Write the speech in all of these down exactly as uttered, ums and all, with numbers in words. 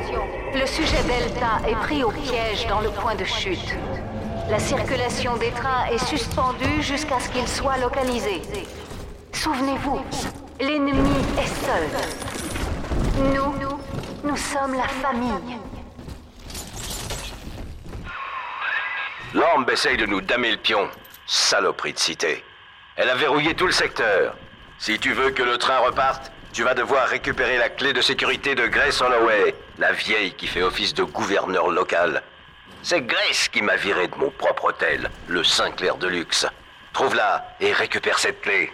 Le sujet Delta est pris au piège dans le point de chute. La circulation des trains est suspendue jusqu'à ce qu'il soit localisé. Souvenez-vous, l'ennemi est seul. Nous, nous, nous sommes la famille. Lamb essaye de nous damer le pion. Saloperie de cité. Elle a verrouillé tout le secteur. Si tu veux que le train reparte, tu vas devoir récupérer la clé de sécurité de Grace Holloway, la vieille qui fait office de gouverneur local. C'est Grace qui m'a viré de mon propre hôtel, le Sinclair de luxe. Trouve-la et récupère cette clé.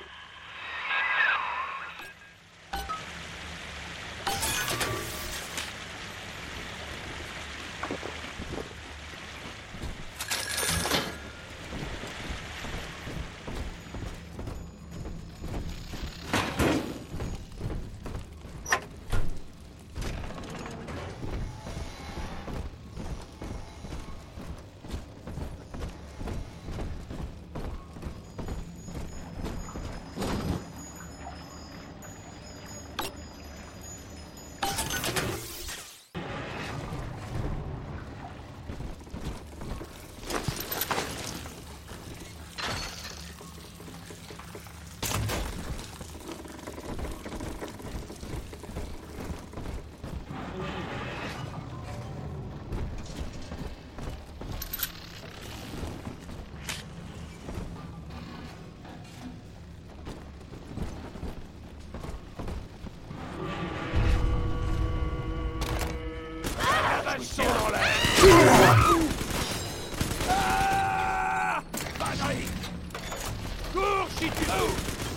Cours si tu veux.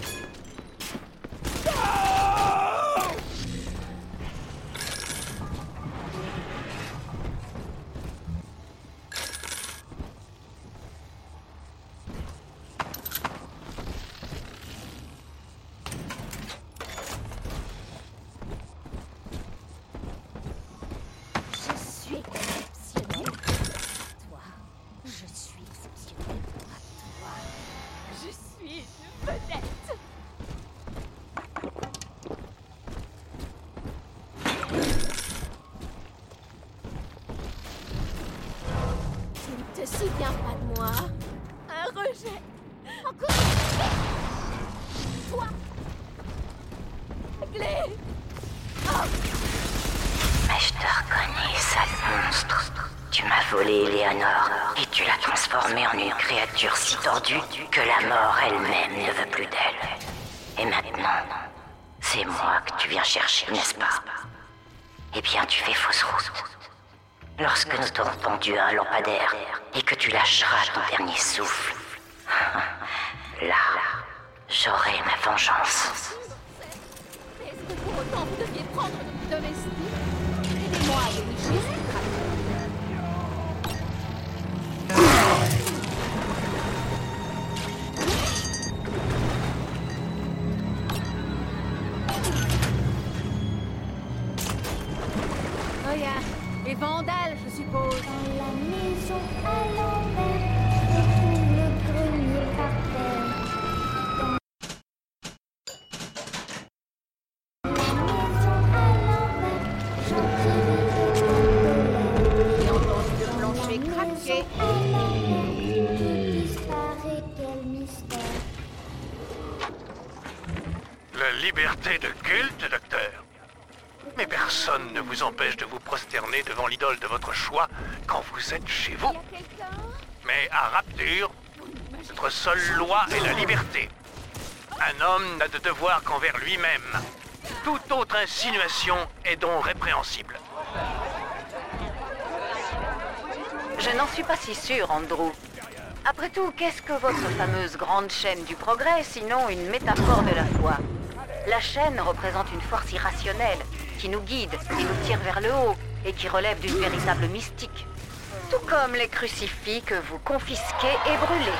Tu te souviens pas de moi? Un rejet? Encore? Toi? Clé? Oh. Mais je te reconnais, sale monstre. Tu m'as volé Eleanor et tu l'as transformée en une créature si tordue que la mort elle-même ne veut plus d'elle. Et maintenant, c'est moi que tu viens chercher, n'est-ce pas? Eh bien, tu fais fausse route. Lorsque nous t'aurons tendu à un lampadaire et que tu lâcheras ton dernier souffle, là, j'aurai ma vengeance. Est-ce que pour autant vous deviez prendre notre domestique? Aidez-moi à vérifier ce Oh yeah. Les vandales, je suppose. Dans la maison à l'envers, retrouve le grenier par terre. Dans la maison à l'envers, j'entends J'ai entendu le plancher craquer. à l'envers, tout disparaît, quel mystère. La liberté de culte, docteur. Mais personne ne vous empêche de vous prosterner devant l'idole de votre choix quand vous êtes chez vous. Mais à Rapture, notre seule loi est la liberté. Un homme n'a de devoir qu'envers lui-même. Toute autre insinuation est donc répréhensible. Je n'en suis pas si sûr, Andrew. Après tout, qu'est-ce que votre fameuse grande chaîne du progrès, sinon une métaphore de la foi? La chaîne représente une force irrationnelle qui nous guide, qui nous tire vers le haut et qui relève d'une véritable mystique. Tout comme les crucifix que vous confisquez et brûlez.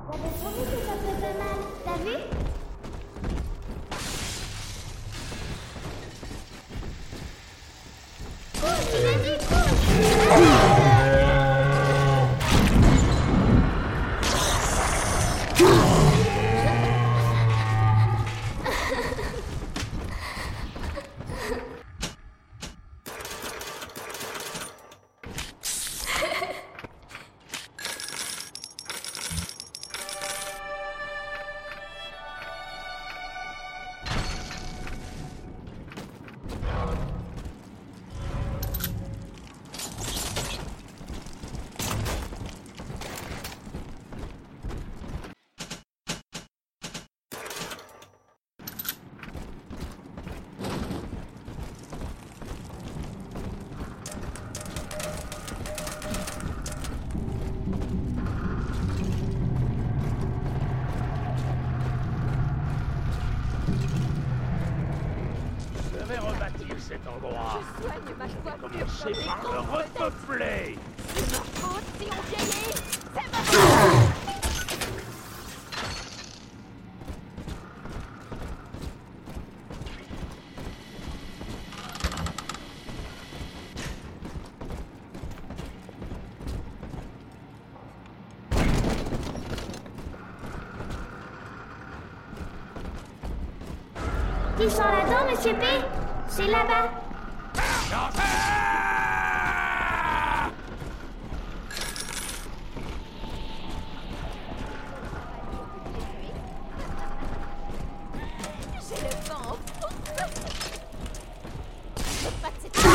J'avais promis que ça faisait mal, t'as vu? Cours, tu l'as dit, cours! Cet endroit. Je soigne ma foi pure Commencez comme par les le autres peut-être. repeupler. C'est ma faute si on vieillit. C'est ma faute. Ils sont là-dedans, Monsieur P? C'est là-bas. J'ai le vent en poupe. Faut pas de cette...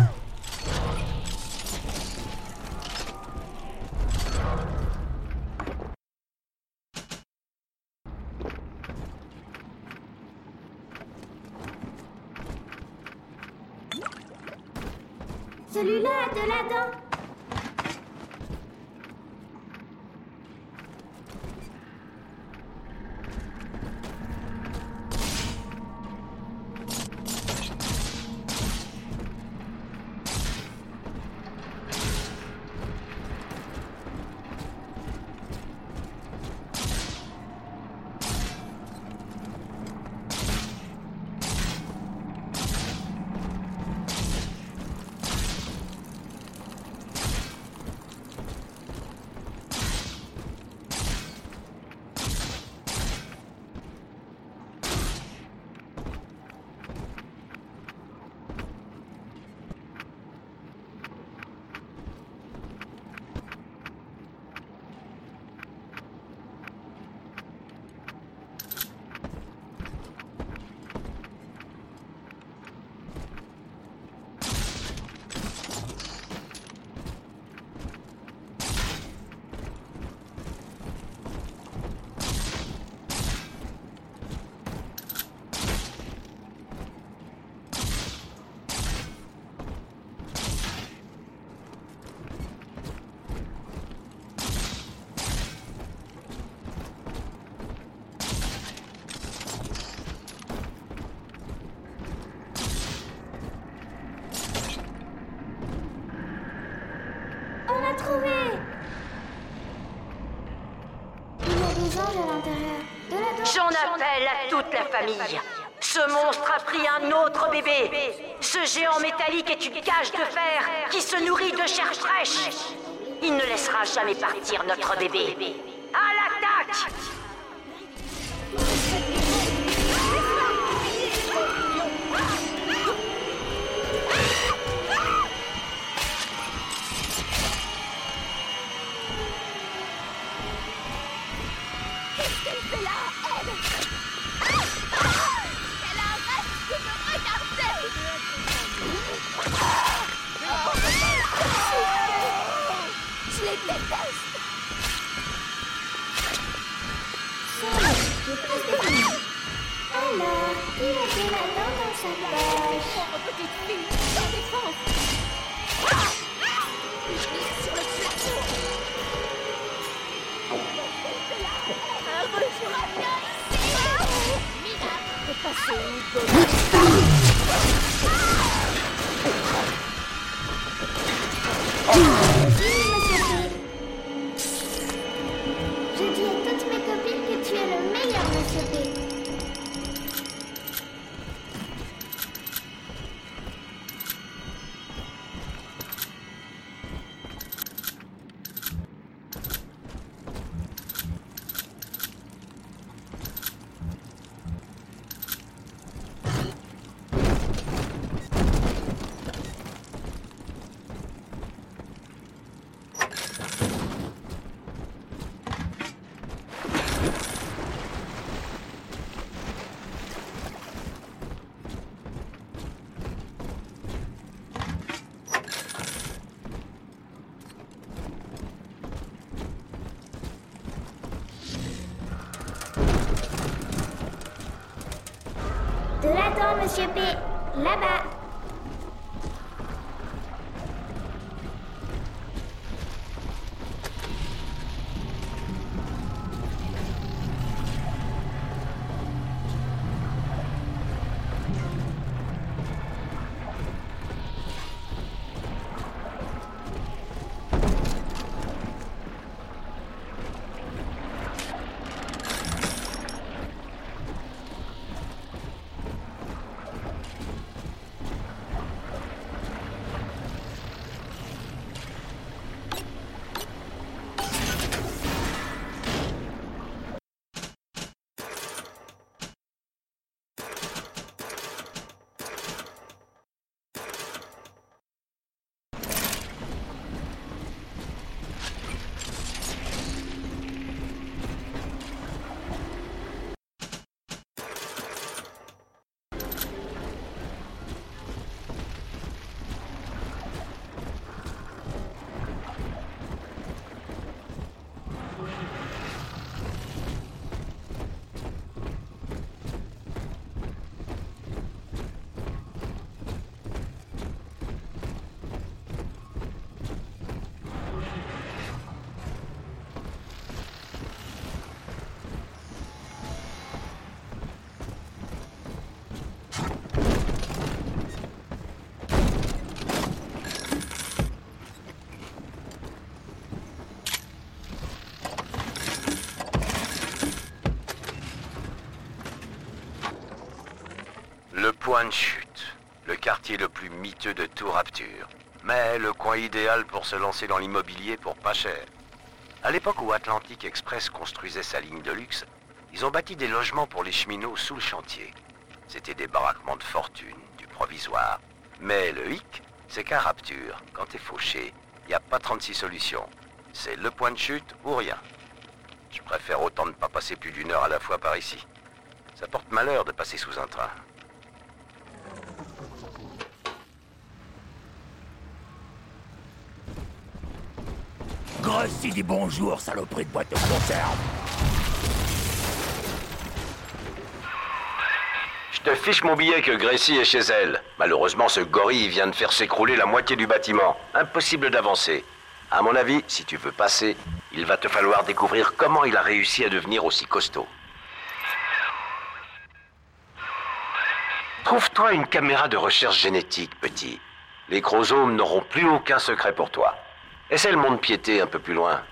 Celui-là a de la dent. On l'a trouvé. Il y a des anges à l'intérieur. De la dent. J'en appelle à toute la famille. Ce monstre a pris un autre bébé. Ce géant métallique est une cage de fer qui se nourrit de chair fraîche. Il ne laissera jamais partir notre bébé. À l'attaque! Qu'est-ce qu'elle fait là, elle? Elle arrête de me regarder. Je les déteste. J'ai presque fini. Alors, il a de la dent dans sa poche. Pauvre petite fille, sans défense. Sur le plateau. Rejoins bien ici. Miracle de passer une Oui, Monsieur P. Je dis à toute De là-dedans, monsieur P. Là-bas. Point de chute, le quartier le plus miteux de tout Rapture, mais le coin idéal pour se lancer dans l'immobilier pour pas cher. À l'époque où Atlantic Express construisait sa ligne de luxe, ils ont bâti des logements pour les cheminots sous le chantier. C'était des baraquements de fortune, du provisoire. Mais le hic, c'est qu'à Rapture, quand t'es fauché, y a pas trente-six solutions. C'est le point de chute ou rien. Je préfère autant ne pas passer plus d'une heure à la fois par ici. Ça porte malheur de passer sous un train. Grossi dit bonjour, saloperie de boîte de conserve. Je te fiche mon billet que Gracie est chez elle. Malheureusement, ce gorille vient de faire s'écrouler la moitié du bâtiment. Impossible d'avancer. À mon avis, si tu veux passer, il va te falloir découvrir comment il a réussi à devenir aussi costaud. Trouve-toi une caméra de recherche génétique, petit. Les chromosomes n'auront plus aucun secret pour toi. Essaie le monde piété un peu plus loin.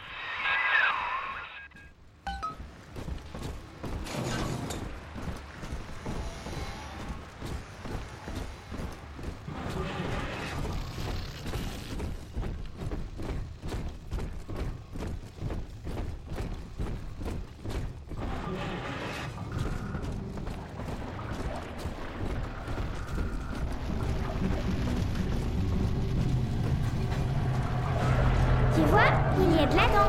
Tu vois, il y a de là-dedans.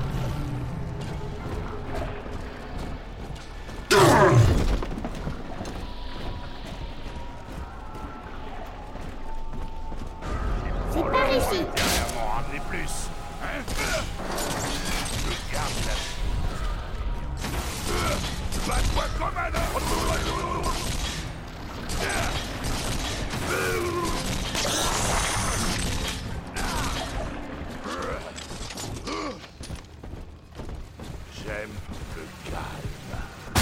C'est par ici. Dernièrement, ramenez plus. Hein? Je garde la... Bats-toi comme un homme. J'aime le calme.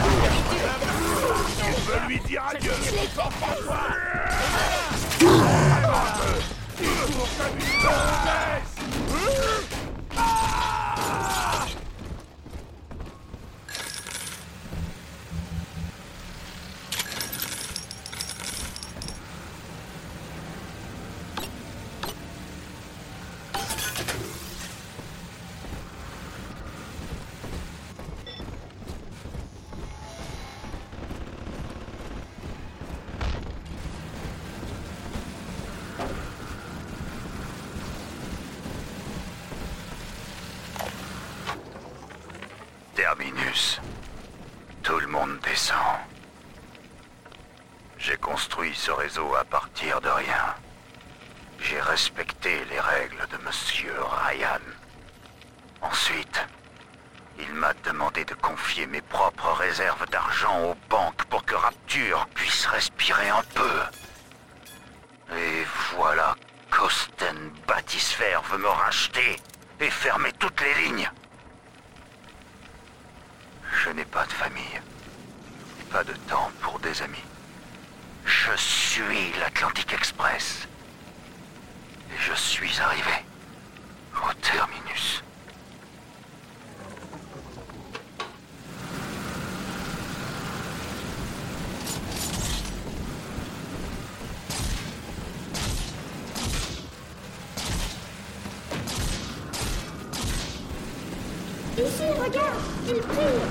Tu veux lui dire adieu? Terminus. Tout le monde descend. J'ai construit ce réseau à partir de rien. J'ai respecté les règles de Monsieur Ryan. Ensuite, Il m'a demandé de confier mes propres réserves d'argent aux banques pour que Rapture puisse respirer un peu. Et voilà, Kosten Batisphère veut me racheter et fermer toutes les lignes. Je n'ai pas de famille, pas de temps pour des amis. Je suis l'Atlantic Express. Et je suis arrivé au terminus. Ici, regarde, il brille.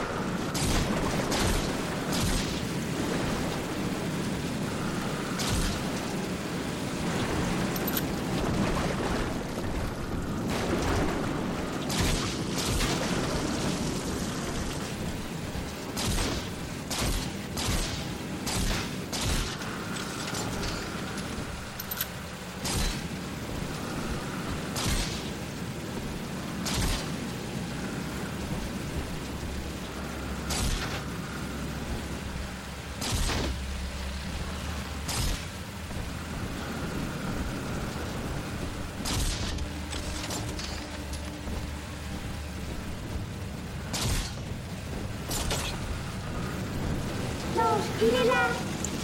Il est là.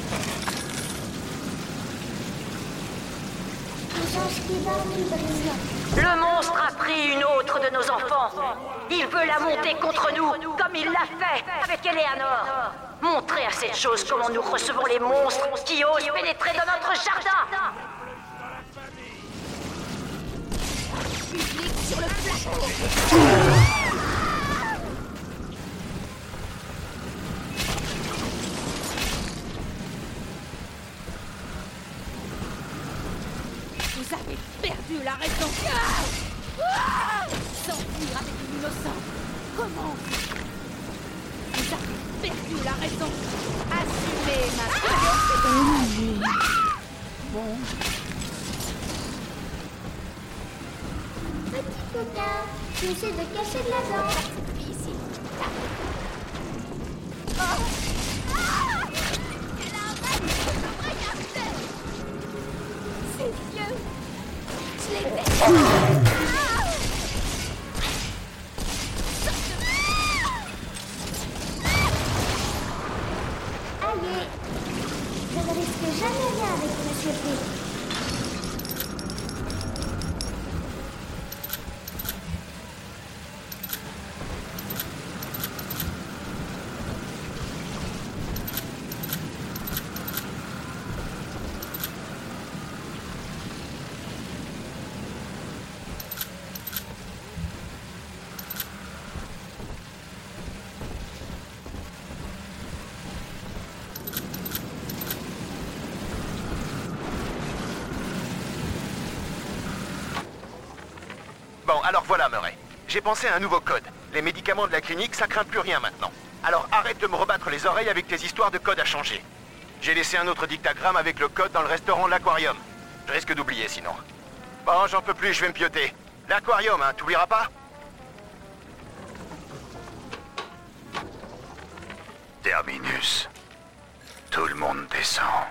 L'ange qui dort qui brille. Le monstre a pris une autre de nos enfants. Il veut la monter contre nous, comme il l'a fait avec Eleanor. Montrez à cette chose comment nous recevons les monstres qui osent pénétrer dans notre jardin. Public sur le plateau. Vous avez perdu la raison. Ah, s'enfuir avec une innocente. Comment? Vous avez perdu la raison. Assumez ma ah Bon. Petit coquin, tu essaies de cacher de la dent. Ici. C'est vieux. Je l'ai fait. Allez, je ne risque jamais rien avec Monsieur P. Bon, alors voilà, Murray. J'ai pensé à un nouveau code. Les médicaments de la clinique, ça craint plus rien maintenant. Alors arrête de me rebattre les oreilles avec tes histoires de code à changer. J'ai laissé un autre dictagramme avec le code dans le restaurant de l'aquarium. Je risque d'oublier sinon. Bon, j'en peux plus, je vais me pioter. L'aquarium, hein, t'oublieras pas? Terminus. Tout le monde descend.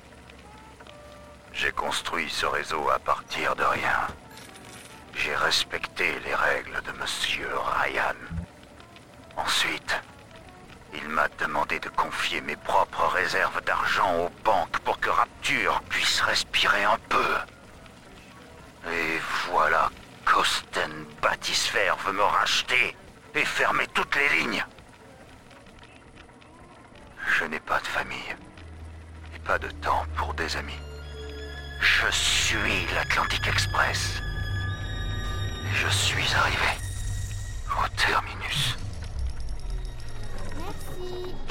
J'ai construit ce réseau à partir de rien. J'ai respecté les règles de Monsieur Ryan. Ensuite, il m'a demandé de confier mes propres réserves d'argent aux banques pour que Rapture puisse respirer un peu. Et voilà, Kosten Batisphère veut me racheter et fermer toutes les lignes. Je n'ai pas de famille et pas de temps pour des amis. Je suis l'Atlantic Express. Je suis arrivé au terminus. Merci.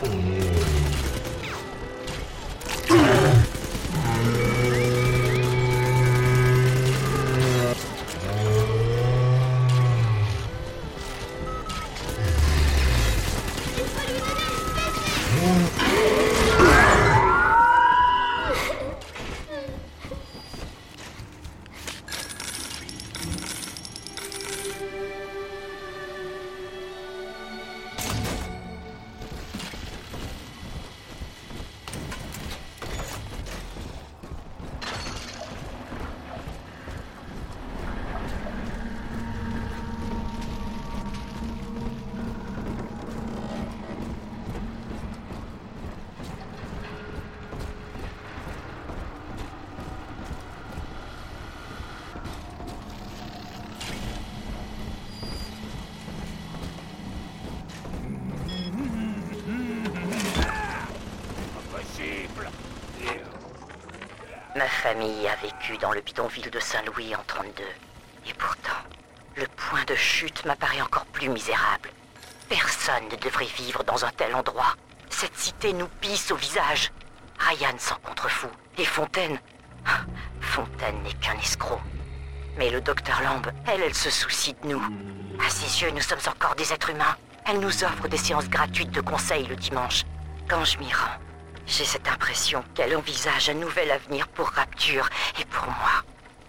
Ma famille a vécu dans le bidonville de Saint-Louis en trente-deux. Et pourtant, le point de chute m'apparaît encore plus misérable. Personne ne devrait vivre dans un tel endroit. Cette cité nous pisse au visage. Ryan s'en contrefou. Et Fontaine... Fontaine n'est qu'un escroc. Mais le docteur Lamb, elle, elle se soucie de nous. À ses yeux, nous sommes encore des êtres humains. Elle nous offre des séances gratuites de conseils le dimanche. Quand je m'y rends, j'ai cette impression qu'elle envisage un nouvel avenir pour Rapture et pour moi.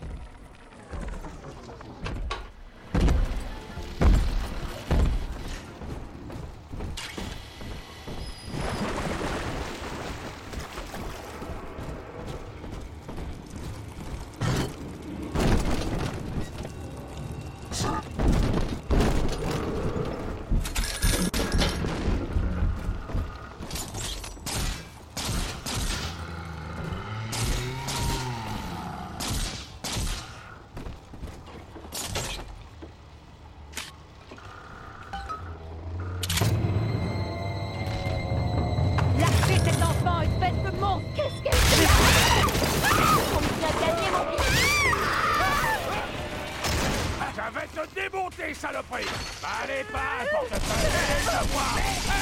Saloperie! Allez, pas, portefeuille! Laisse-le voir!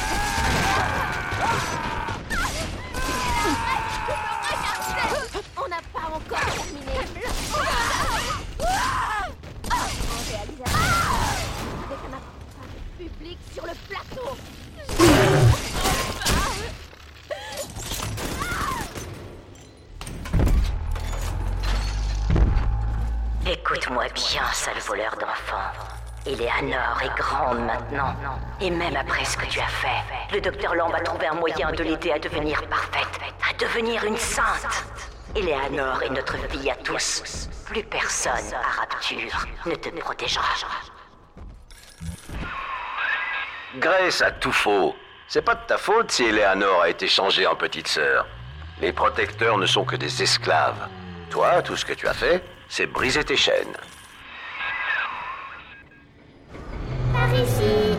On n'a pas encore terminé. En réalisation, avec un appareil public sur le plateau. Écoute-moi bien, sale voleur d'enfants. Eleanor est grande maintenant. Et même après ce que tu as fait, le docteur Lamb a trouvé un moyen de l'aider à devenir parfaite, à devenir une sainte. Eleanor est notre fille à tous. Plus personne à Rapture ne te protégera. Grace a tout faux. C'est pas de ta faute si Eleanor a été changée en petite sœur. Les protecteurs ne sont que des esclaves. Toi, tout ce que tu as fait, c'est briser tes chaînes. Par ici.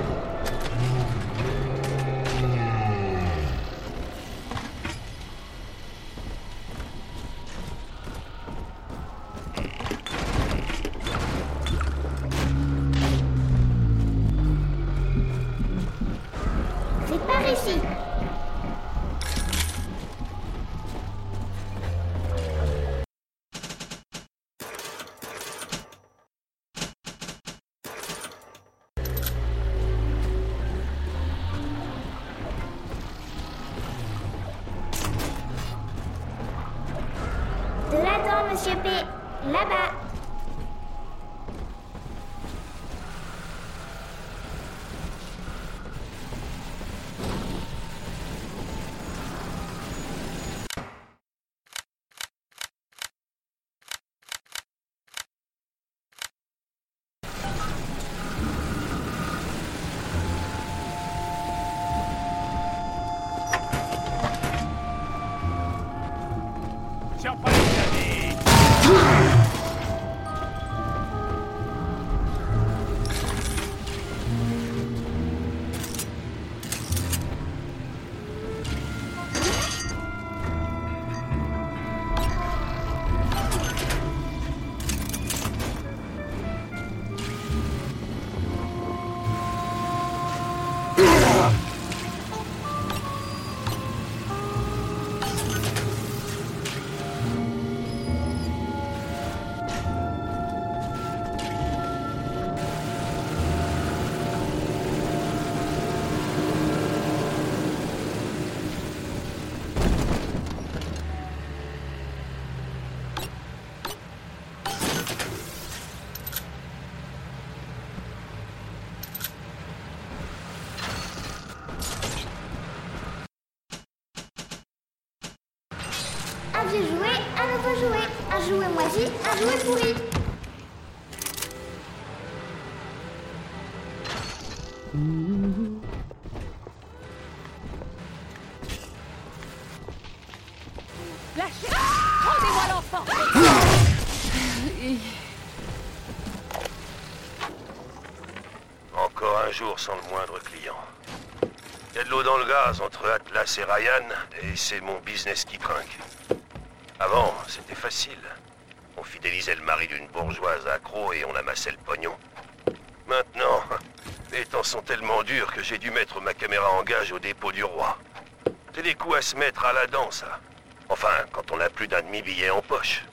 C'est par ici. De là-dedans, Monsieur P. Là-bas. Surprise, David! j'ai joué un nouveau jouet. Un jouet moisi, un jouet pourri. Lâchez. Rendez-moi l'enfant. Encore un jour sans le moindre client. Il y a de l'eau dans le gaz entre Atlas et Ryan, et c'est mon business qui trinque. Avant, c'était facile. On fidélisait le mari d'une bourgeoise accro et on amassait le pognon. Maintenant, les temps sont tellement durs que j'ai dû mettre ma caméra en gage au dépôt du roi. C'est des coups à se mettre à la dent, ça. Enfin, quand on n'a plus d'un demi-billet en poche.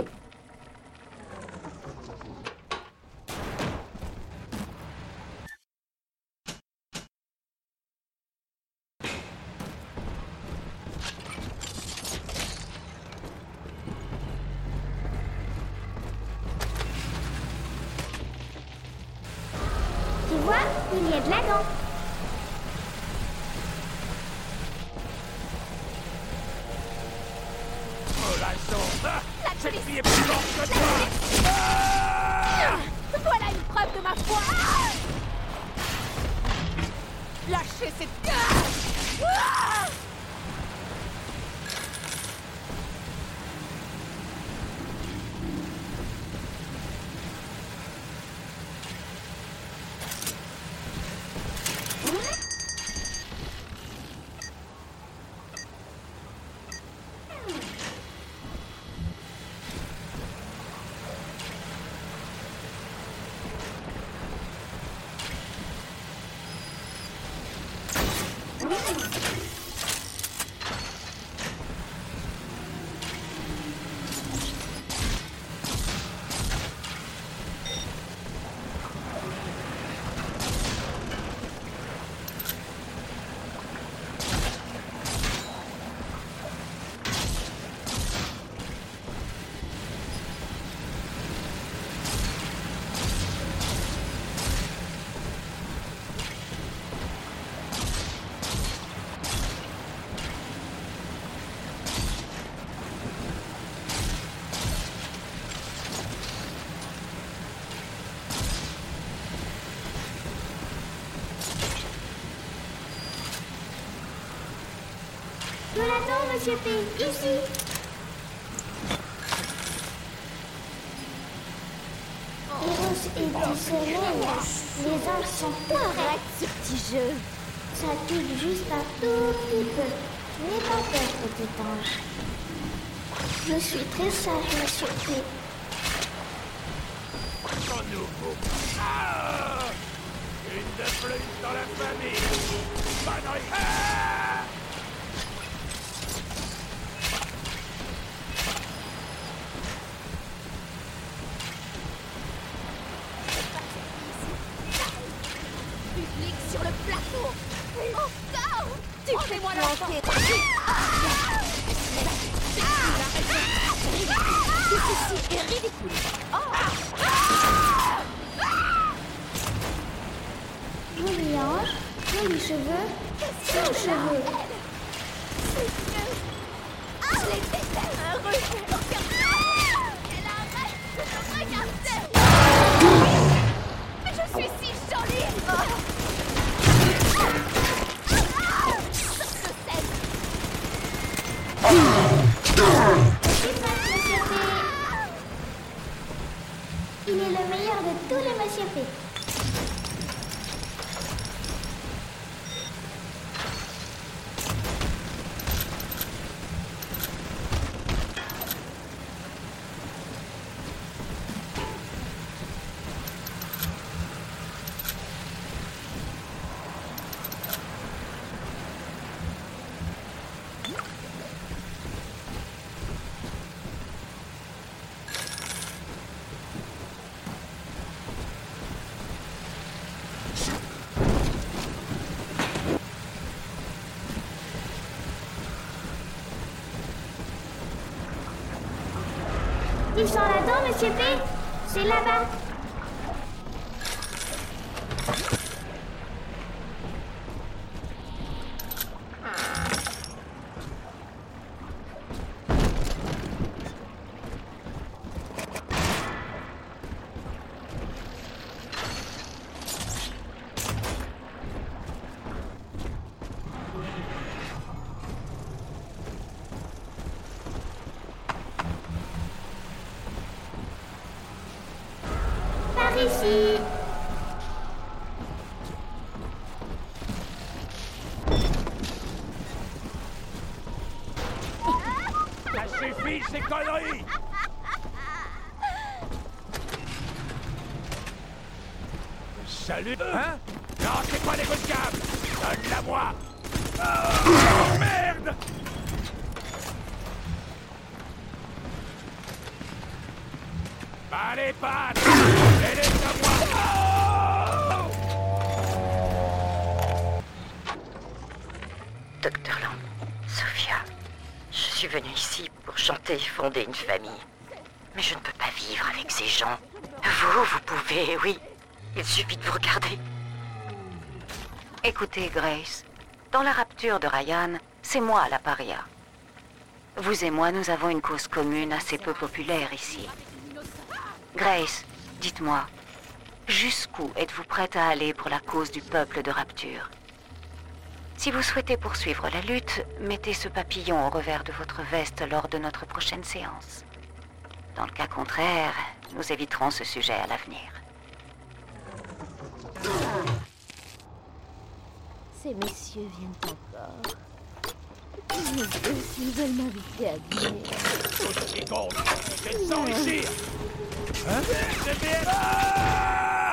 Tu vois, il y a de la dent. Oh la sonde. La Cette police. fille est plus forte que toi. Ah Voilà une preuve de ma foi. Lâchez cette... Ah Je l'attends, monsieur P. Ici. Eros et du soleil, les anges sont Arrête ce petit jeu. Ça pique juste un tout petit peu. N'aie pas peur, petit ange. Je suis très sage, monsieur P. En nouveau. Ah une de plus dans la famille. Bonne oreille. Ah Public sur le plateau. Encore. Tu fais moi l'enfant. Ceci est ridicule. Joli ange, jolis cheveux, sans cheveux. Ah, je les déteste. Un rejet. Elle arrête de me regarder. Mais je suis si jolie. Il est le meilleur de tous les monsieur P. Tu sens la dent, monsieur P? C'est là-bas. ici. Ça suffit, ces conneries! Salut! Hein? Non, c'est pas négociable! Donne-la moi! Oh, merde! Allez, pas! Elle est à moi! Oh! Docteur Lang, Sophia, je suis venue ici pour chanter et fonder une famille. Mais je ne peux pas vivre avec ces gens. Vous, vous pouvez, oui. Il suffit de vous regarder. Écoutez, Grace, dans la rapture de Ryan, c'est moi la paria. Vous et moi, nous avons une cause commune assez peu populaire ici. Grace, dites-moi, jusqu'où êtes-vous prête à aller pour la cause du peuple de Rapture? Si vous souhaitez poursuivre la lutte, mettez ce papillon au revers de votre veste lors de notre prochaine séance. Dans le cas contraire, nous éviterons ce sujet à l'avenir. Ces messieurs viennent encore. Mon Dieu, s'ils veulent m'inviter à dîner. Tout ce qui compte, c'est de s'enrichir! Hein? C'est bien! Ah!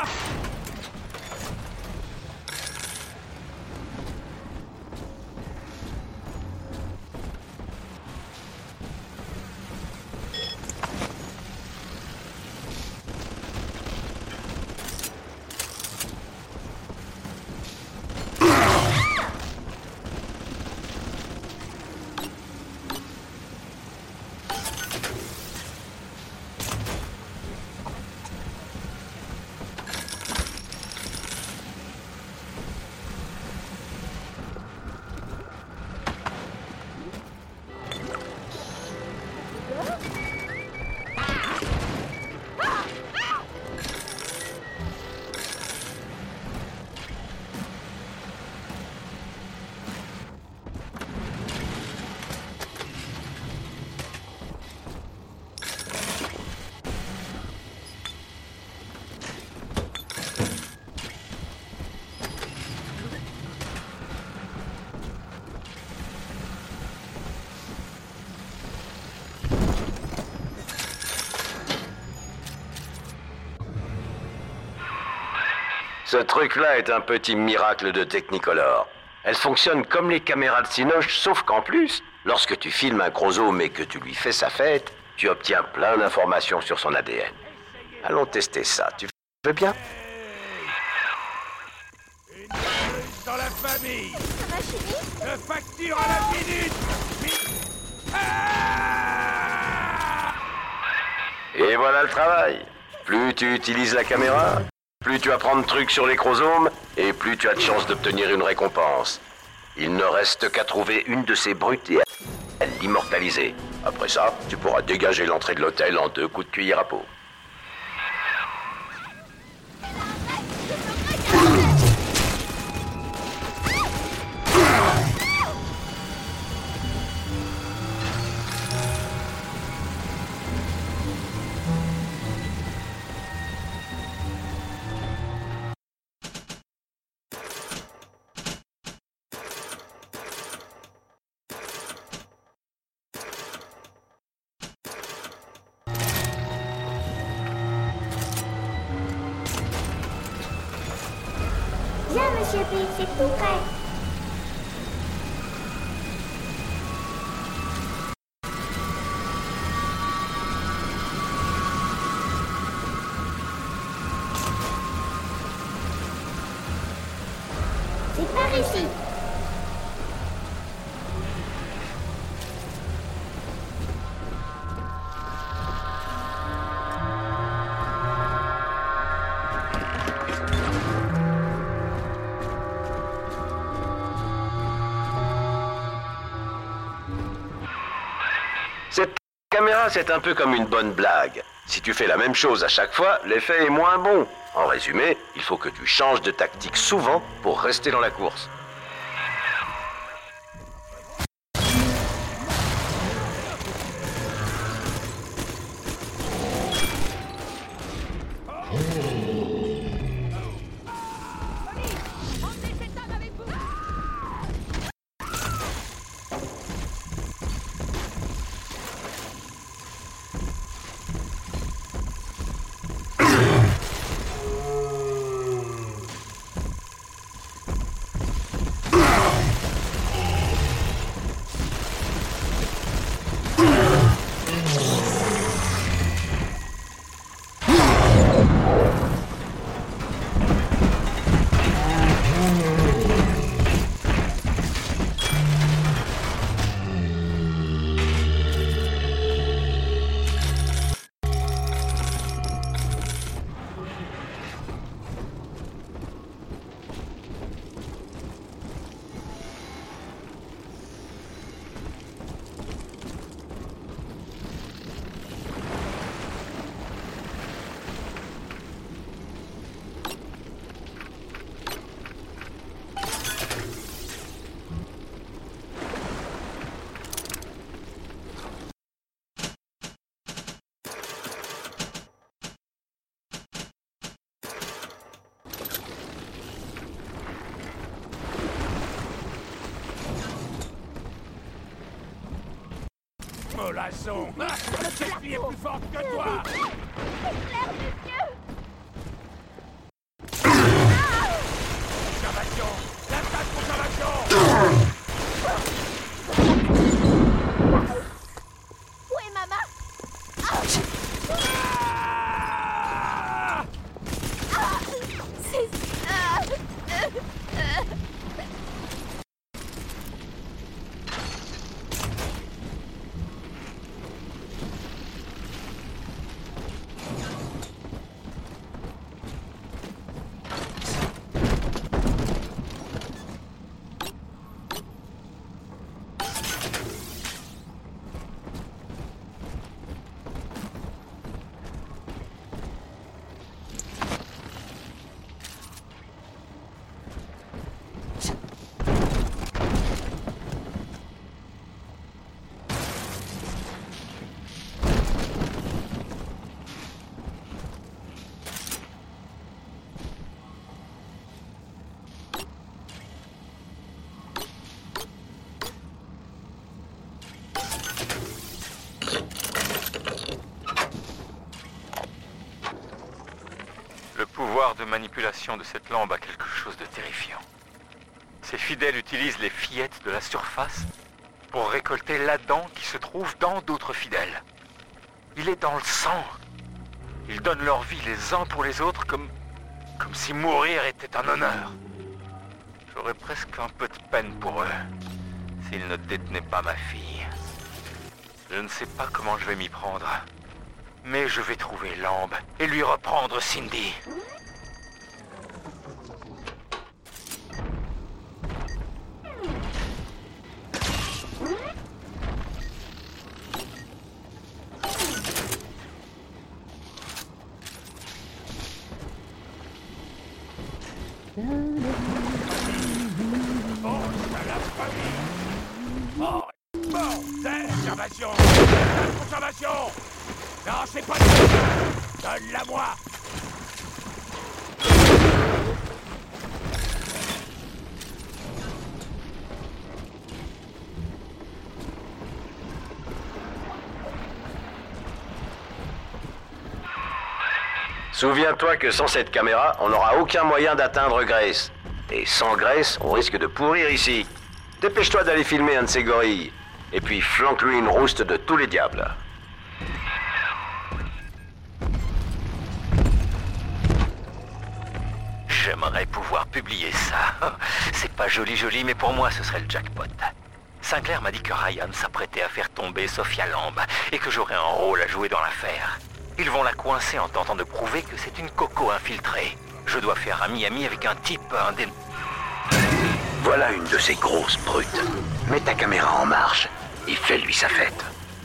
Ce truc-là est un petit miracle de Technicolor. Elle fonctionne comme les caméras de Cinoche, sauf qu'en plus, lorsque tu filmes un chromosome et que tu lui fais sa fête, tu obtiens plein d'informations sur son A D N. Allons tester ça, tu veux bien? Une plus dans la famille! Ça va, chérie? De facture à la minute! Ah! Et voilà le travail. Plus tu utilises la caméra, plus tu apprends de trucs sur les chromosomes, et plus tu as de chances d'obtenir une récompense. Il ne reste qu'à trouver une de ces brutes et à l'immortaliser. Après ça, tu pourras dégager l'entrée de l'hôtel en deux coups de cuillère à peau. Viens, Monsieur P, c'est tout prêt. C'est par ici. Cette caméra, c'est un peu comme une bonne blague. Si tu fais la même chose à chaque fois, l'effet est moins bon. En résumé, il faut que tu changes de tactique souvent pour rester dans la course. laçon. Cette fille est plus forte que toi. Éclaire les yeux. Conservation. L'attaque conservation. Où est Mama? Ah C'est... Ah, euh, euh. Le pouvoir de manipulation de cette lampe a quelque chose de terrifiant. Ses fidèles utilisent les fillettes de la surface pour récolter l'Adam qui se trouve dans d'autres fidèles. Il est dans le sang. Ils donnent leur vie les uns pour les autres comme, comme si mourir était un honneur. J'aurais presque un peu de peine pour eux s'ils ne détenaient pas ma fille. Je ne sais pas comment je vais m'y prendre. Mais je vais trouver Lambe et lui reprendre Cindy. Oh, c'est la famille. Oh, bordel, conservation. Conservation. Non, c'est pas le donne-la moi. Souviens-toi que sans cette caméra, on n'aura aucun moyen d'atteindre Grace. Et sans Grace, on risque de pourrir ici. Dépêche-toi d'aller filmer un de ces gorilles. Et puis flanque-lui une rouste de tous les diables. J'aimerais pouvoir publier ça. C'est pas joli joli, mais pour moi ce serait le jackpot. Sinclair m'a dit que Ryan s'apprêtait à faire tomber Sophia Lambe et que j'aurais un rôle à jouer dans l'affaire. Ils vont la coincer en tentant de prouver que c'est une coco infiltrée. Je dois faire ami-ami avec un type, un dé... Voilà une de ces grosses brutes. Mets ta caméra en marche et fais-lui sa fête.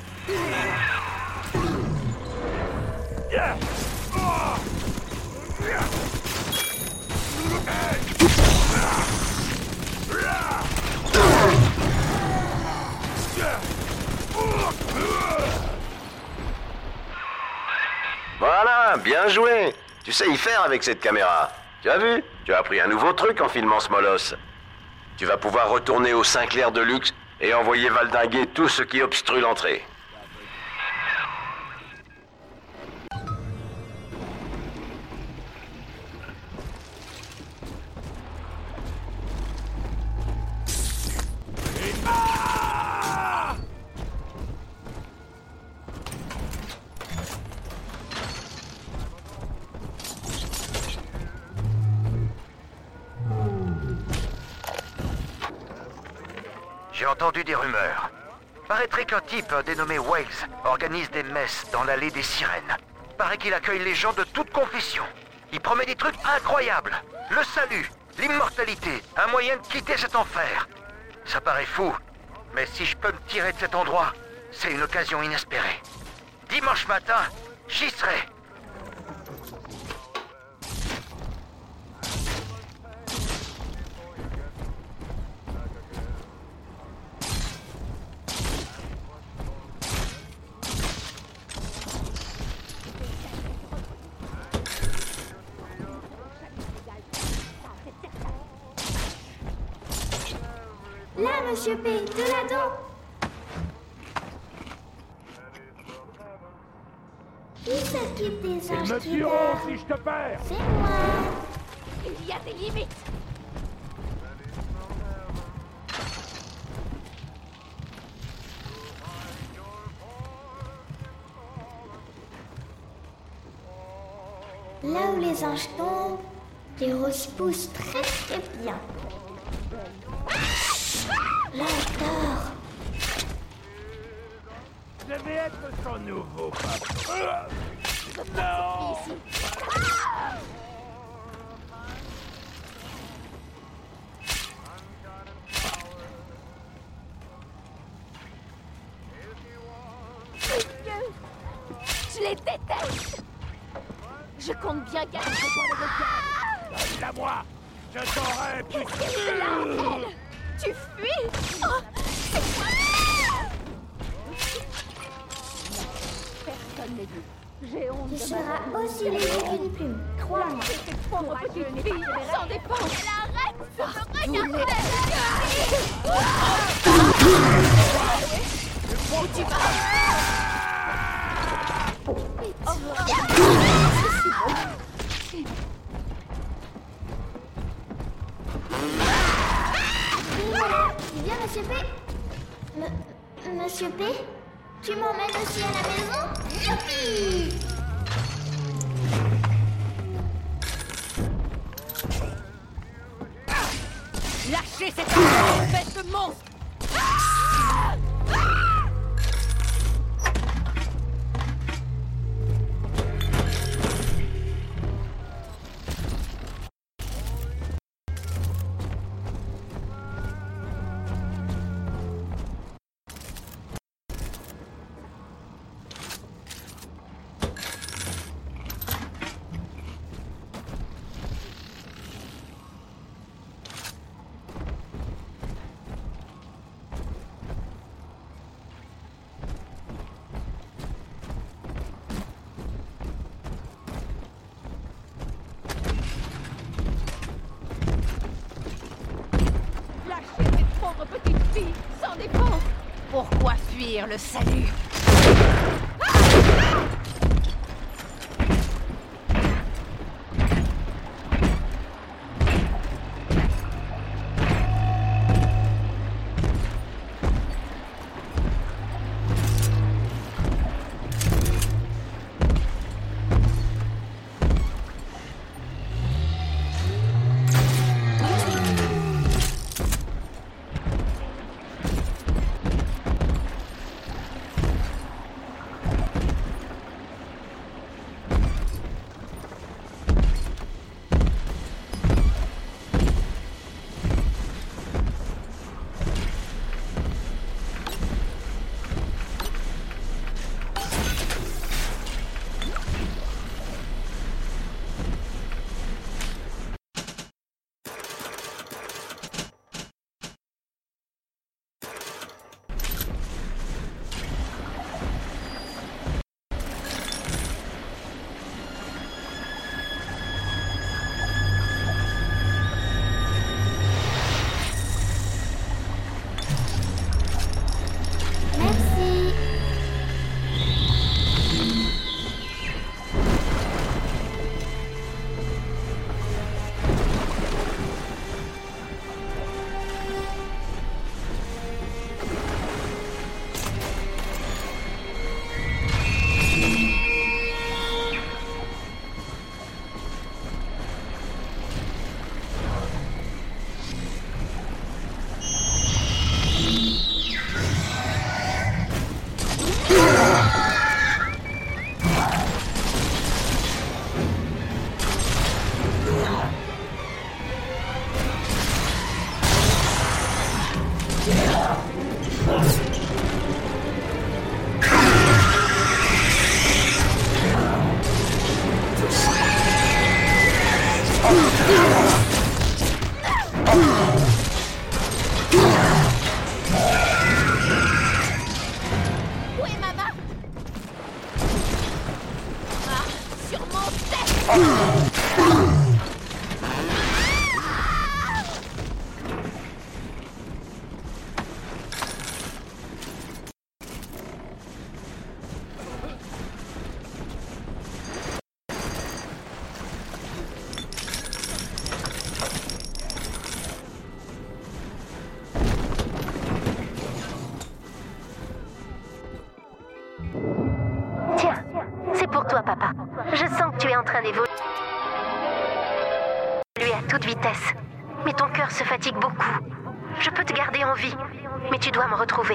Voilà, bien joué. Tu sais y faire avec cette caméra. Tu as vu? Tu as appris un nouveau truc en filmant ce molosse. Tu vas pouvoir retourner au Sinclair de luxe et envoyer valdinguer tout ce qui obstrue l'entrée. J'ai entendu des rumeurs. Paraîtrait qu'un type dénommé Wales organise des messes dans l'allée des sirènes. Paraît qu'il accueille les gens de toute confession. Il promet des trucs incroyables. Le salut, l'immortalité, un moyen de quitter cet enfer. Ça paraît fou, mais si je peux me tirer de cet endroit, c'est une occasion inespérée. Dimanche matin, j'y serai. Là, monsieur P, de la dent. Qui s'occupe des C'est anges le qui monsieur meurent? si je te perds. C'est moi. Il y a des limites. Là où les anges tombent, les roses poussent très très bien. L'ange dort. Je vais être son nouveau papa. Non. Je les déteste. Je compte bien garder le regard. Donne-la-moi. Je t'aurai pu... Qu'est-ce que c'est là, Angel? Tu fuis? Oh, c'est quoi? Personne n'est vu. J'ai honte Tu de seras aussi léger qu'une plume, crois-moi. cette pauvre petite fille sans défense. Elle arrête de me regarder. Où tu vas? Viens, Monsieur P. M- Monsieur P, tu m'emmènes aussi à la maison? Youpi! Lâchez cette espèce de monstre! Pourquoi fuir le salut? Où est ma main? Ah, sur mon tête! toi, papa. Je sens que tu es en train d'évoluer à toute vitesse. Mais ton cœur se fatigue beaucoup. Je peux te garder en vie, mais tu dois me retrouver.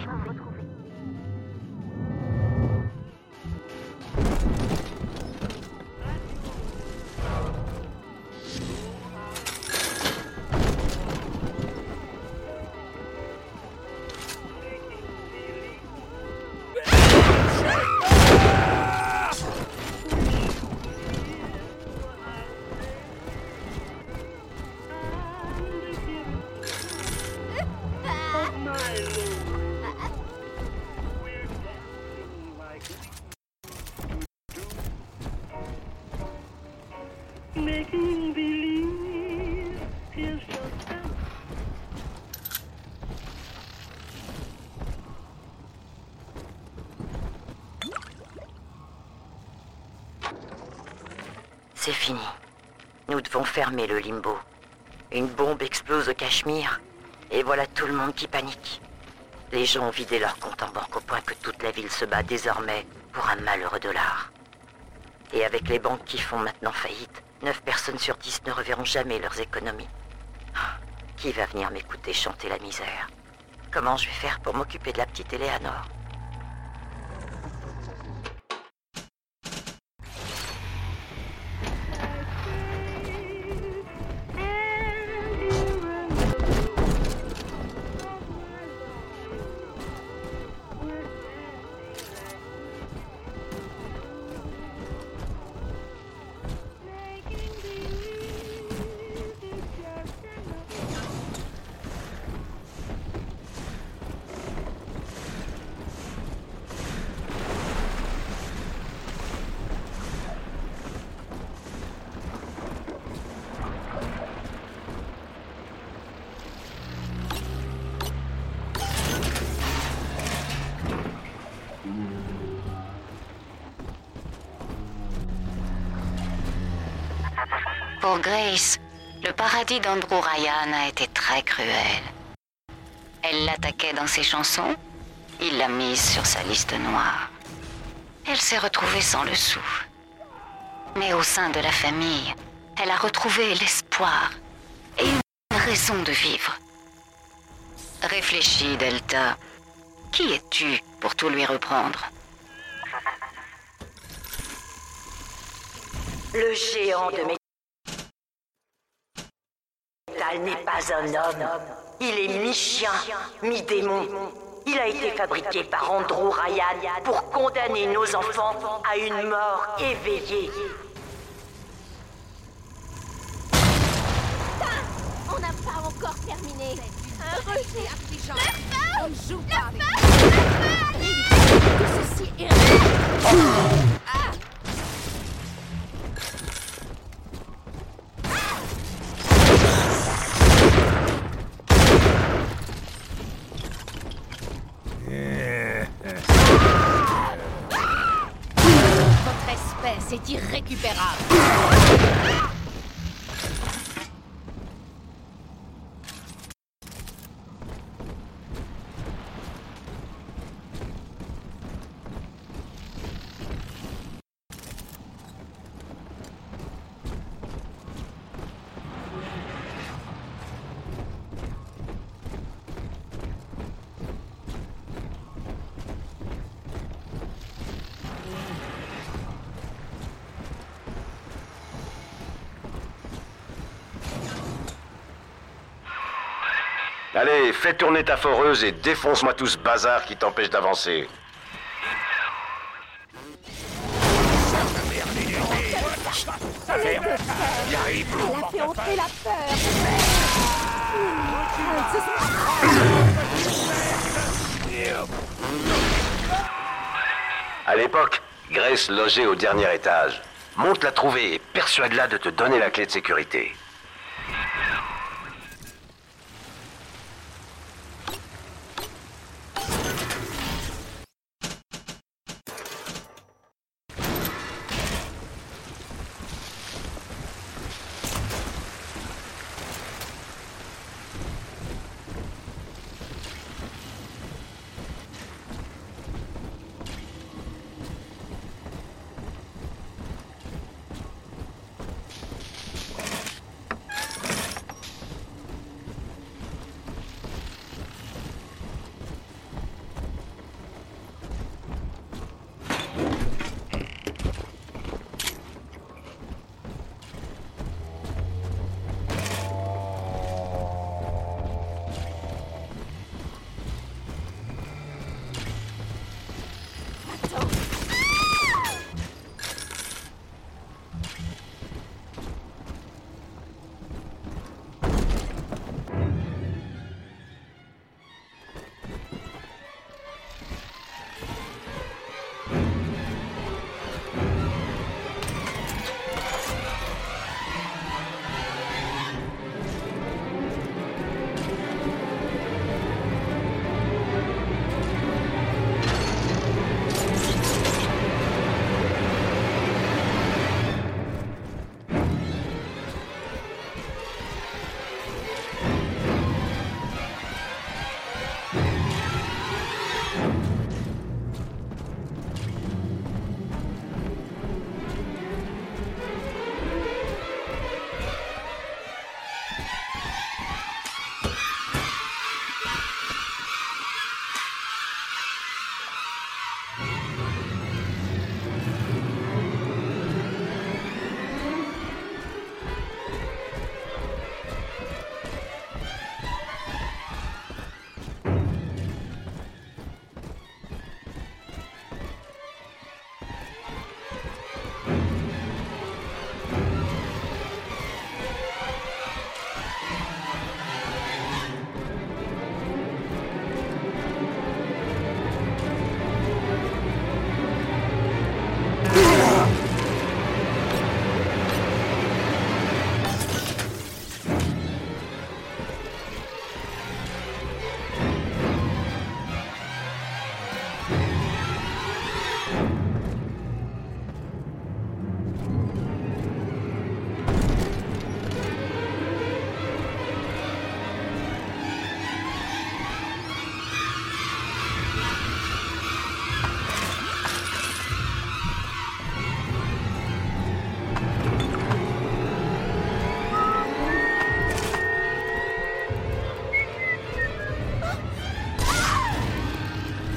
C'est fini. Nous devons fermer le limbo. Une bombe explose au Cachemire, et voilà tout le monde qui panique. Les gens ont vidé leur compte en banque au point que toute la ville se bat désormais pour un malheureux dollar. Et avec les banques qui font maintenant faillite, neuf personnes sur dix ne reverront jamais leurs économies. Qui va venir m'écouter chanter la misère? Comment je vais faire pour m'occuper de la petite Eleanor? Pour Grace, le paradis d'Andrew Ryan a été très cruel. Elle l'attaquait dans ses chansons, il l'a mise sur sa liste noire. Elle s'est retrouvée sans le sou. Mais au sein de la famille, elle a retrouvé l'espoir et une raison de vivre. Réfléchis, Delta. Qui es-tu pour tout lui reprendre? Le géant de métal n'est pas un homme. Il est mi-chien, mi-démon. Il a été fabriqué par Andrew Ryan pour condamner nos enfants à une mort éveillée. On n'a pas encore terminé. Un rejet affligeant. Le feu! On ne joue pas avec le feu! Tout ceci est réel. Ah! Votre espèce est irrécupérable. Allez, fais tourner ta foreuse et défonce-moi tout ce bazar qui t'empêche d'avancer. Elle a fait entrer la peur. À l'époque, Grace logeait au dernier étage. Monte la trouver et persuade-la de te donner la clé de sécurité.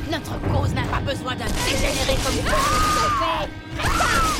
Notre cause n'a pas besoin d'un dégénéré comme toi.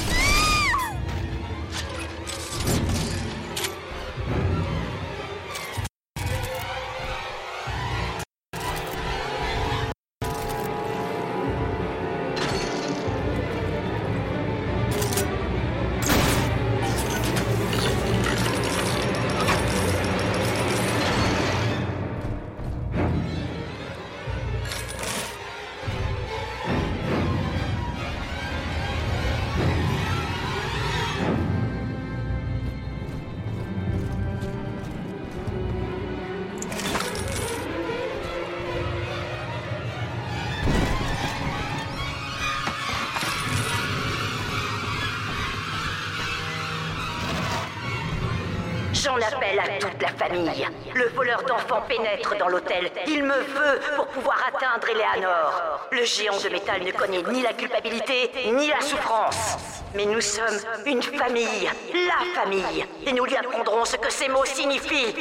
J'en appelle à toute la famille. Le voleur d'enfants pénètre dans l'hôtel. Il me veut pour pouvoir atteindre Eleanor. Le géant de métal ne connaît ni la culpabilité, ni la souffrance. Mais nous sommes une famille, la famille. Et nous lui apprendrons ce que ces mots signifient.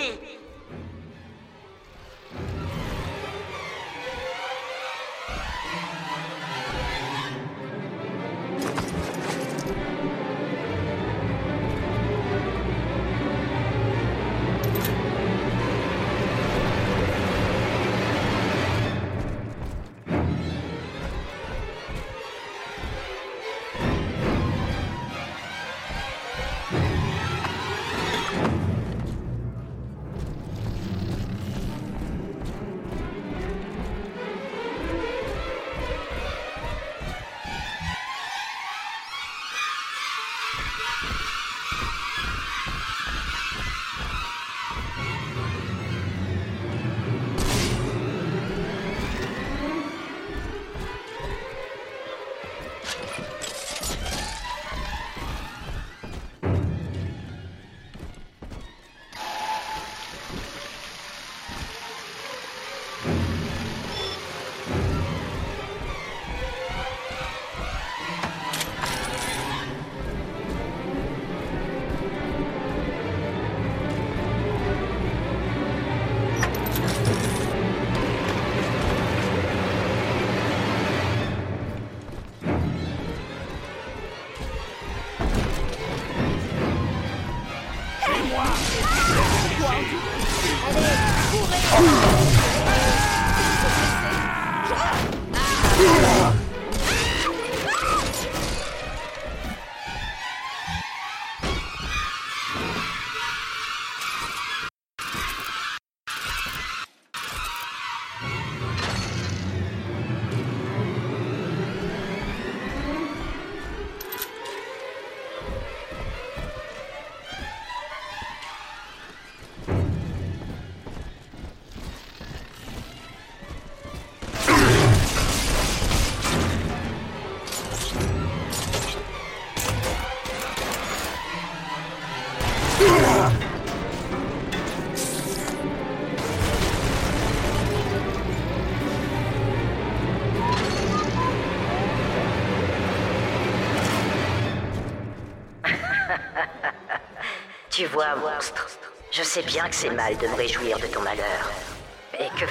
Tu vois, monstre, je sais bien que c'est mal de me réjouir de ton malheur. Et que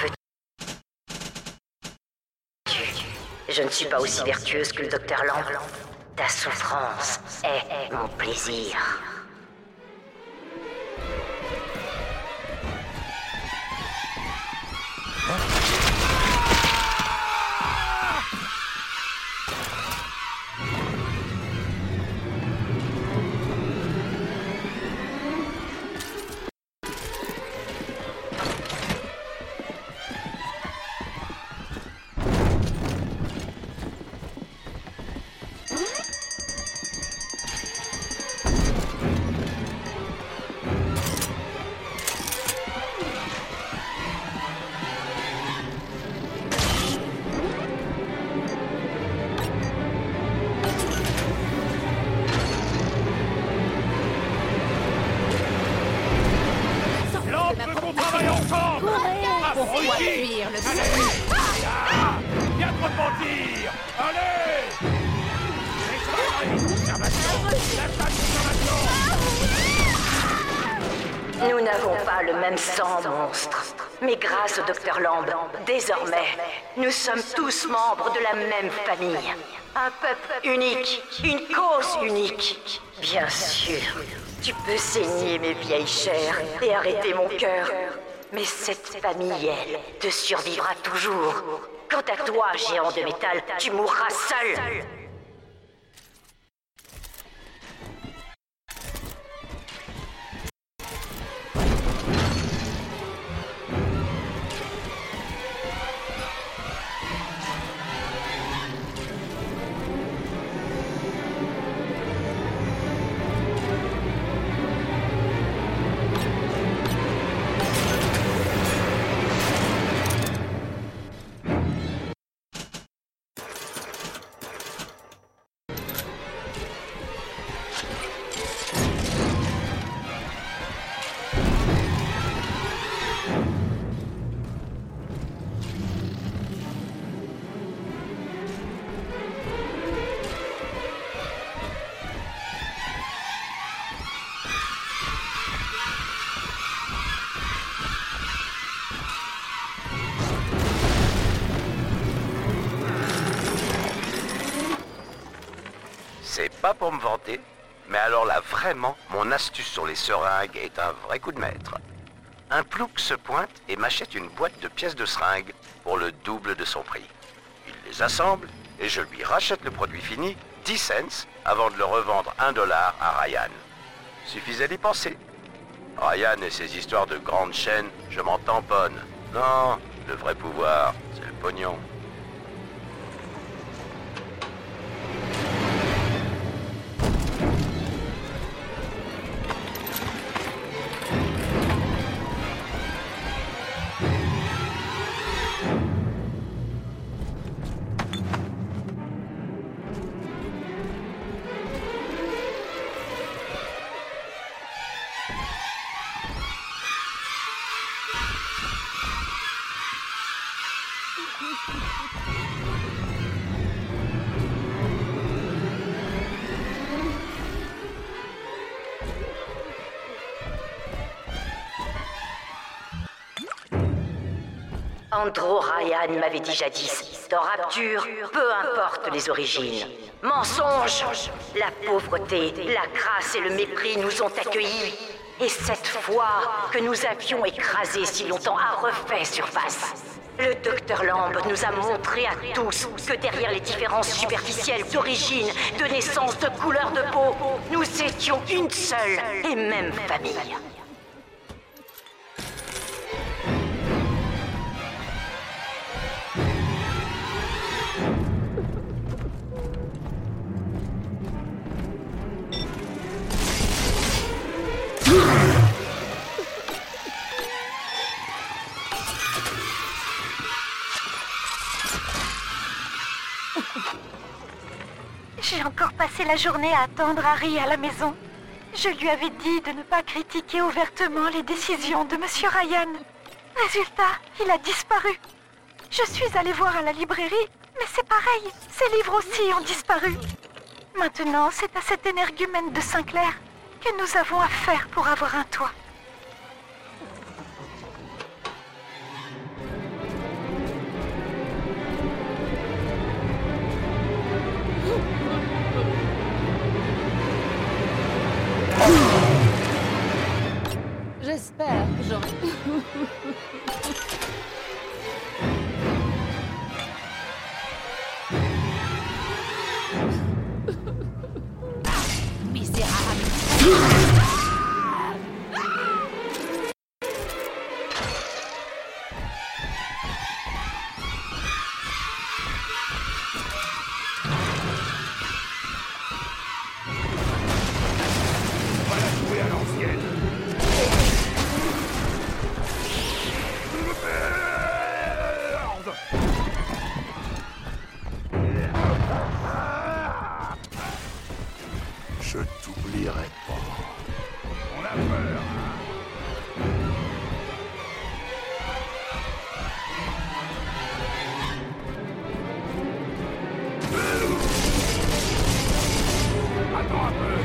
veux-tu? Je ne suis pas aussi vertueuse que le docteur Lamb. Ta souffrance est mon plaisir. Fuir le Allez, ah, viens te repentir. Allez. Nous n'avons pas le même sang, monstre. Mais grâce au docteur Lamb, désormais, nous sommes tous membres de la même famille. Un peuple unique, une cause unique. Bien sûr, tu peux saigner mes vieilles chairs et arrêter mon cœur. Mais cette famille, elle, te survivra toujours. Quant à toi, géant de métal, tu mourras seul. C'est pas pour me vanter, mais alors là, vraiment, mon astuce sur les seringues est un vrai coup de maître. Un plouc se pointe et m'achète une boîte de pièces de seringues pour le double de son prix. Il les assemble et je lui rachète le produit fini, dix cents, avant de le revendre un dollar à Ryan. Suffisait d'y penser. Ryan et ses histoires de grandes chaînes, je m'en tamponne. Non, le vrai pouvoir, c'est le pognon. Andrew Ryan m'avait dit jadis, dans Rapture, peu importe les origines. Mensonge! La pauvreté, la crasse et le mépris nous ont accueillis. Et cette foi que nous avions écrasée si longtemps a refait surface. Le docteur Lamb nous a montré à tous que derrière les différences superficielles d'origine, de naissance, de couleur de peau, nous étions une seule et même famille. J'ai encore passé la journée à attendre Harry à la maison. Je lui avais dit de ne pas critiquer ouvertement les décisions de Monsieur Ryan. Résultat, il a disparu. Je suis allée voir à la librairie, mais c'est pareil, ses livres aussi ont disparu. Maintenant, c'est à cet énergumène de Sinclair que nous avons affaire pour avoir un toit. J'espère que j'aurai... Je t'oublierai pas. On a peur, hein? Attends un peu.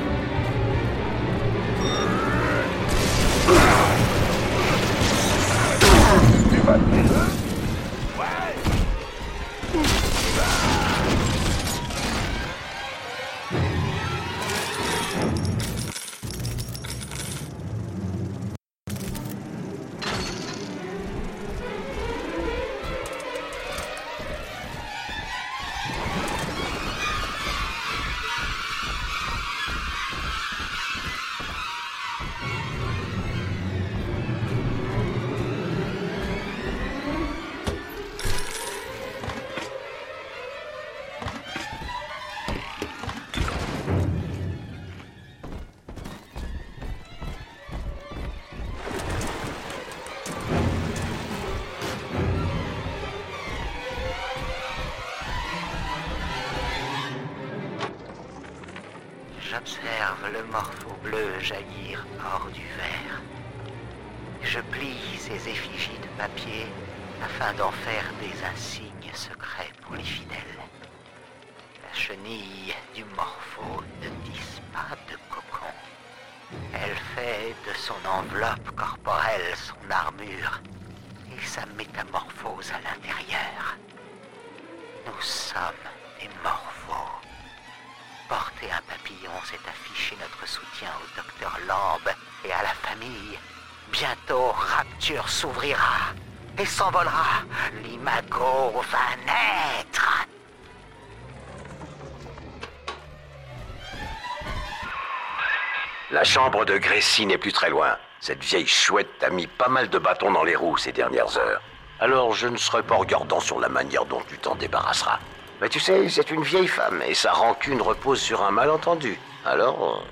J'observe le morpho bleu jaillir hors du verre. Je plie ces effigies de papier afin d'en faire des insignes secrets pour les fidèles. La chenille du morpho ne tisse pas de cocon. Elle fait de son enveloppe corporelle son armure et sa métamorphose à l'intérieur. Nous sommes des morphos. Porter un papillon, c'est afficher notre soutien au docteur Lamb et à la famille. Bientôt, Rapture s'ouvrira et s'envolera. L'imago va naître. La chambre de Gracie n'est plus très loin. Cette vieille chouette a mis pas mal de bâtons dans les roues ces dernières heures. Alors je ne serai pas regardant sur la manière dont tu t'en débarrasseras. Mais tu sais, c'est une vieille femme et sa rancune repose sur un malentendu. Alors...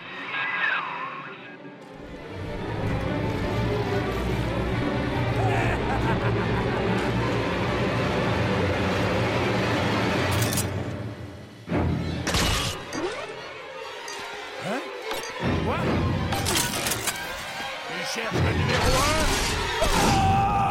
Hein? Quoi? Tu cherches le numéro un? Oh!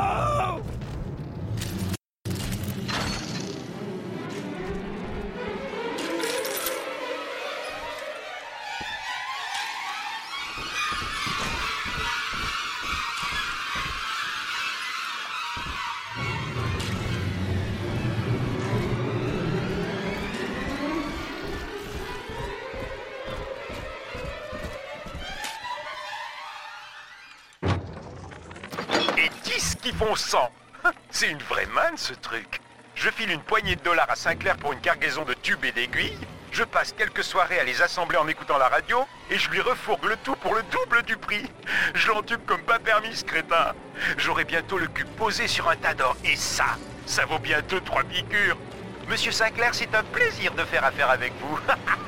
Qui font cent. C'est une vraie manne, ce truc. Je file une poignée de dollars à Sinclair pour une cargaison de tubes et d'aiguilles, je passe quelques soirées à les assembler en écoutant la radio, et je lui refourgue le tout pour le double du prix. Je l'entube comme pas permis, ce crétin. J'aurai bientôt le cul posé sur un tas d'or, et ça, ça vaut bientôt trois piqûres. Monsieur Sinclair, c'est un plaisir de faire affaire avec vous.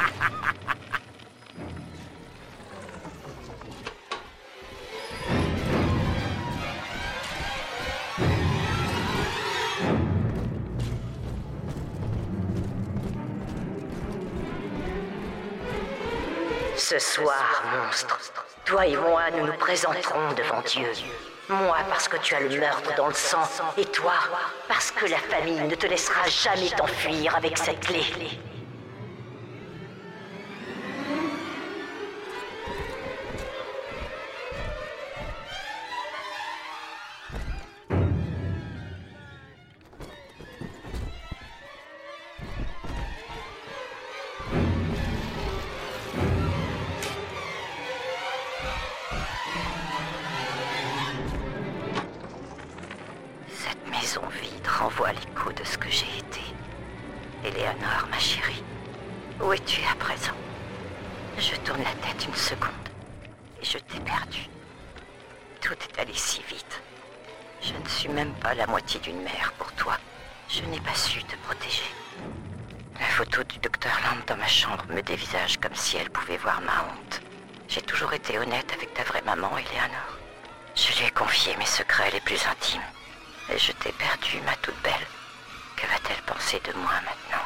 Ce soir, monstre, toi et moi, nous nous présenterons devant Dieu. Moi, parce que tu as le meurtre dans le sang, et toi, parce que la famille ne te laissera jamais t'enfuir avec cette clé. Maison vide renvoie l'écho de ce que j'ai été. Éléonore, ma chérie, où es-tu à présent? Je tourne la tête une seconde et je t'ai perdu. Tout est allé si vite. Je ne suis même pas la moitié d'une mère pour toi. Je n'ai pas su te protéger. La photo du docteur Lamb dans ma chambre me dévisage comme si elle pouvait voir ma honte. J'ai toujours été honnête avec ta vraie maman, Éléonore. Je lui ai confié mes secrets les plus intimes. Et je t'ai perdue, ma toute belle. Que va-t-elle penser de moi maintenant?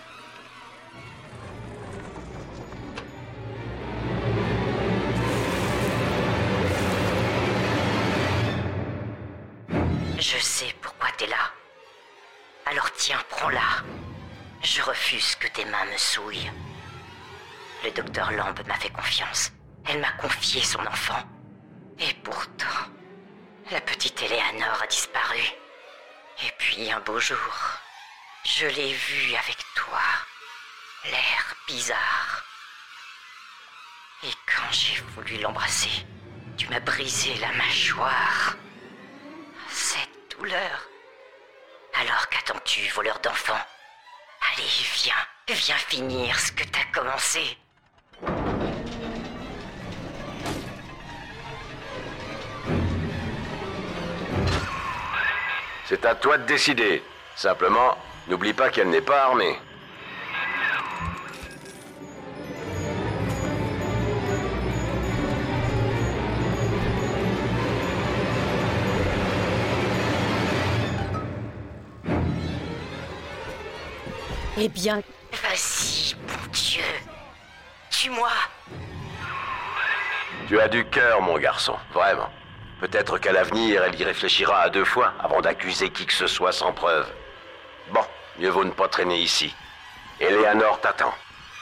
Je sais pourquoi t'es là. Alors tiens, prends-la. Je refuse que tes mains me souillent. Le docteur Lamb m'a fait confiance. Elle m'a confié son enfant. Et pourtant... la petite Éléonore a disparu. Et puis un beau jour, Je l'ai vu avec toi. L'air bizarre. Et quand j'ai voulu l'embrasser, tu m'as brisé la mâchoire. Cette douleur. Alors qu'attends-tu, voleur d'enfants? Allez, viens, viens finir ce que t'as commencé. C'est à toi de décider. Simplement, n'oublie pas qu'elle n'est pas armée. Eh bien, vas-y, bon Dieu. Tue-moi. Tu as du cœur, mon garçon, vraiment. Peut-être qu'à l'avenir, elle y réfléchira à deux fois avant d'accuser qui que ce soit sans preuve. Bon, mieux vaut ne pas traîner ici. Eleanor t'attend.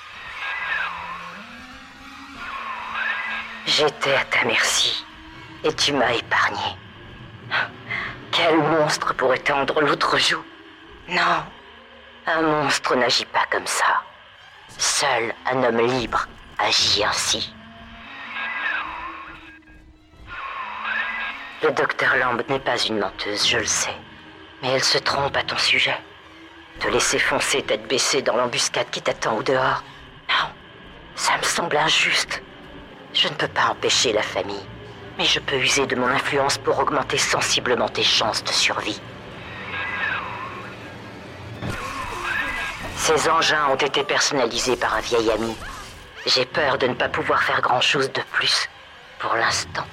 J'étais à ta merci, et tu m'as épargné. Quel monstre pourrait tendre l'autre joue? Non, un monstre n'agit pas comme ça. Seul un homme libre agit ainsi. Le docteur Lamb n'est pas une menteuse, je le sais. Mais elle se trompe à ton sujet. Te laisser foncer tête baissée dans l'embuscade qui t'attend au dehors. Non, ça me semble injuste. Je ne peux pas empêcher la famille, mais je peux user de mon influence pour augmenter sensiblement tes chances de survie. Ces engins ont été personnalisés par un vieil ami. J'ai peur de ne pas pouvoir faire grand-chose de plus, pour l'instant.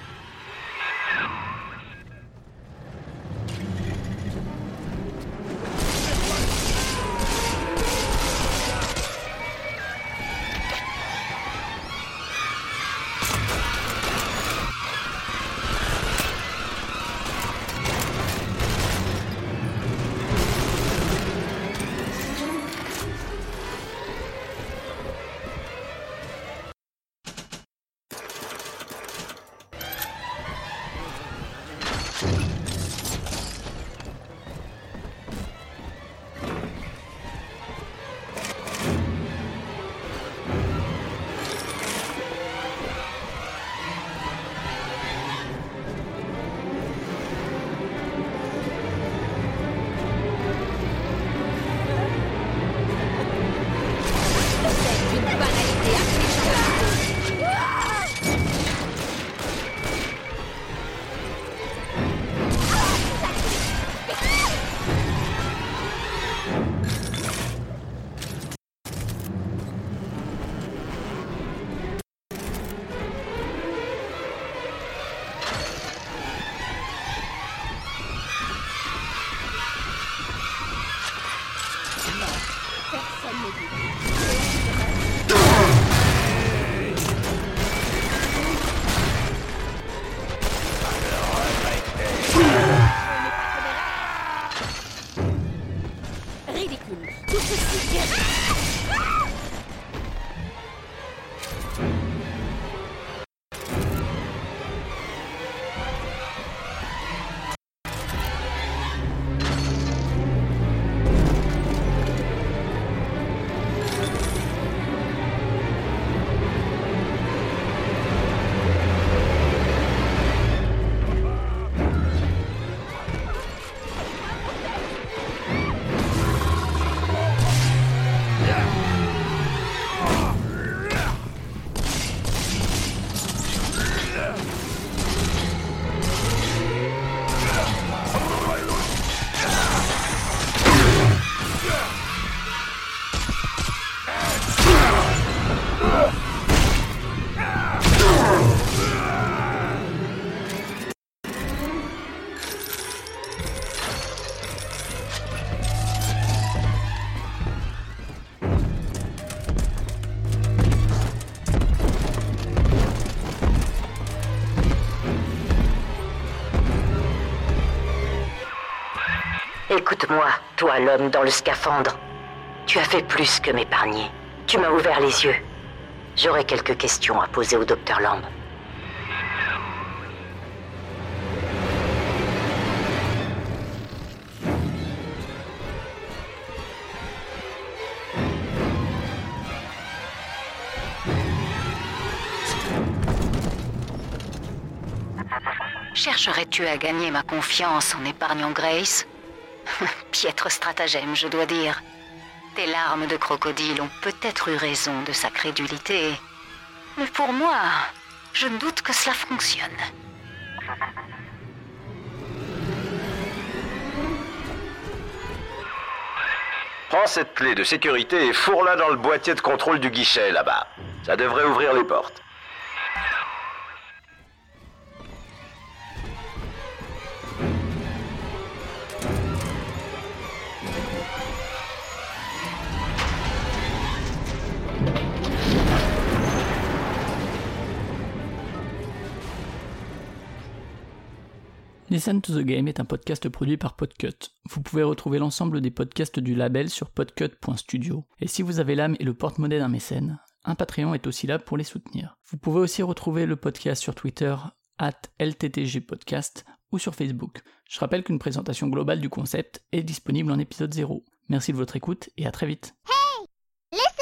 Écoute-moi, toi l'homme dans le scaphandre. Tu as fait plus que m'épargner. Tu m'as ouvert les yeux. J'aurais quelques questions à poser au docteur Lamb. Chercherais-tu à gagner ma confiance en épargnant Grace? Piètre stratagème, je dois dire. Tes larmes de crocodile ont peut-être eu raison de sa crédulité. Mais pour moi, je doute que cela fonctionne. Prends cette clé de sécurité et fourre-la dans le boîtier de contrôle du guichet, là-bas. Ça devrait ouvrir les portes. Listen to the Game est un podcast produit par Podcut. Vous pouvez retrouver l'ensemble des podcasts du label sur podcut point studio. Et si vous avez l'âme et le porte-monnaie d'un mécène, un Patreon est aussi là pour les soutenir. Vous pouvez aussi retrouver le podcast sur Twitter, arobase L T T G podcast, ou sur Facebook. Je rappelle qu'une présentation globale du concept est disponible en épisode zéro. Merci de votre écoute et à très vite. Hey! Listen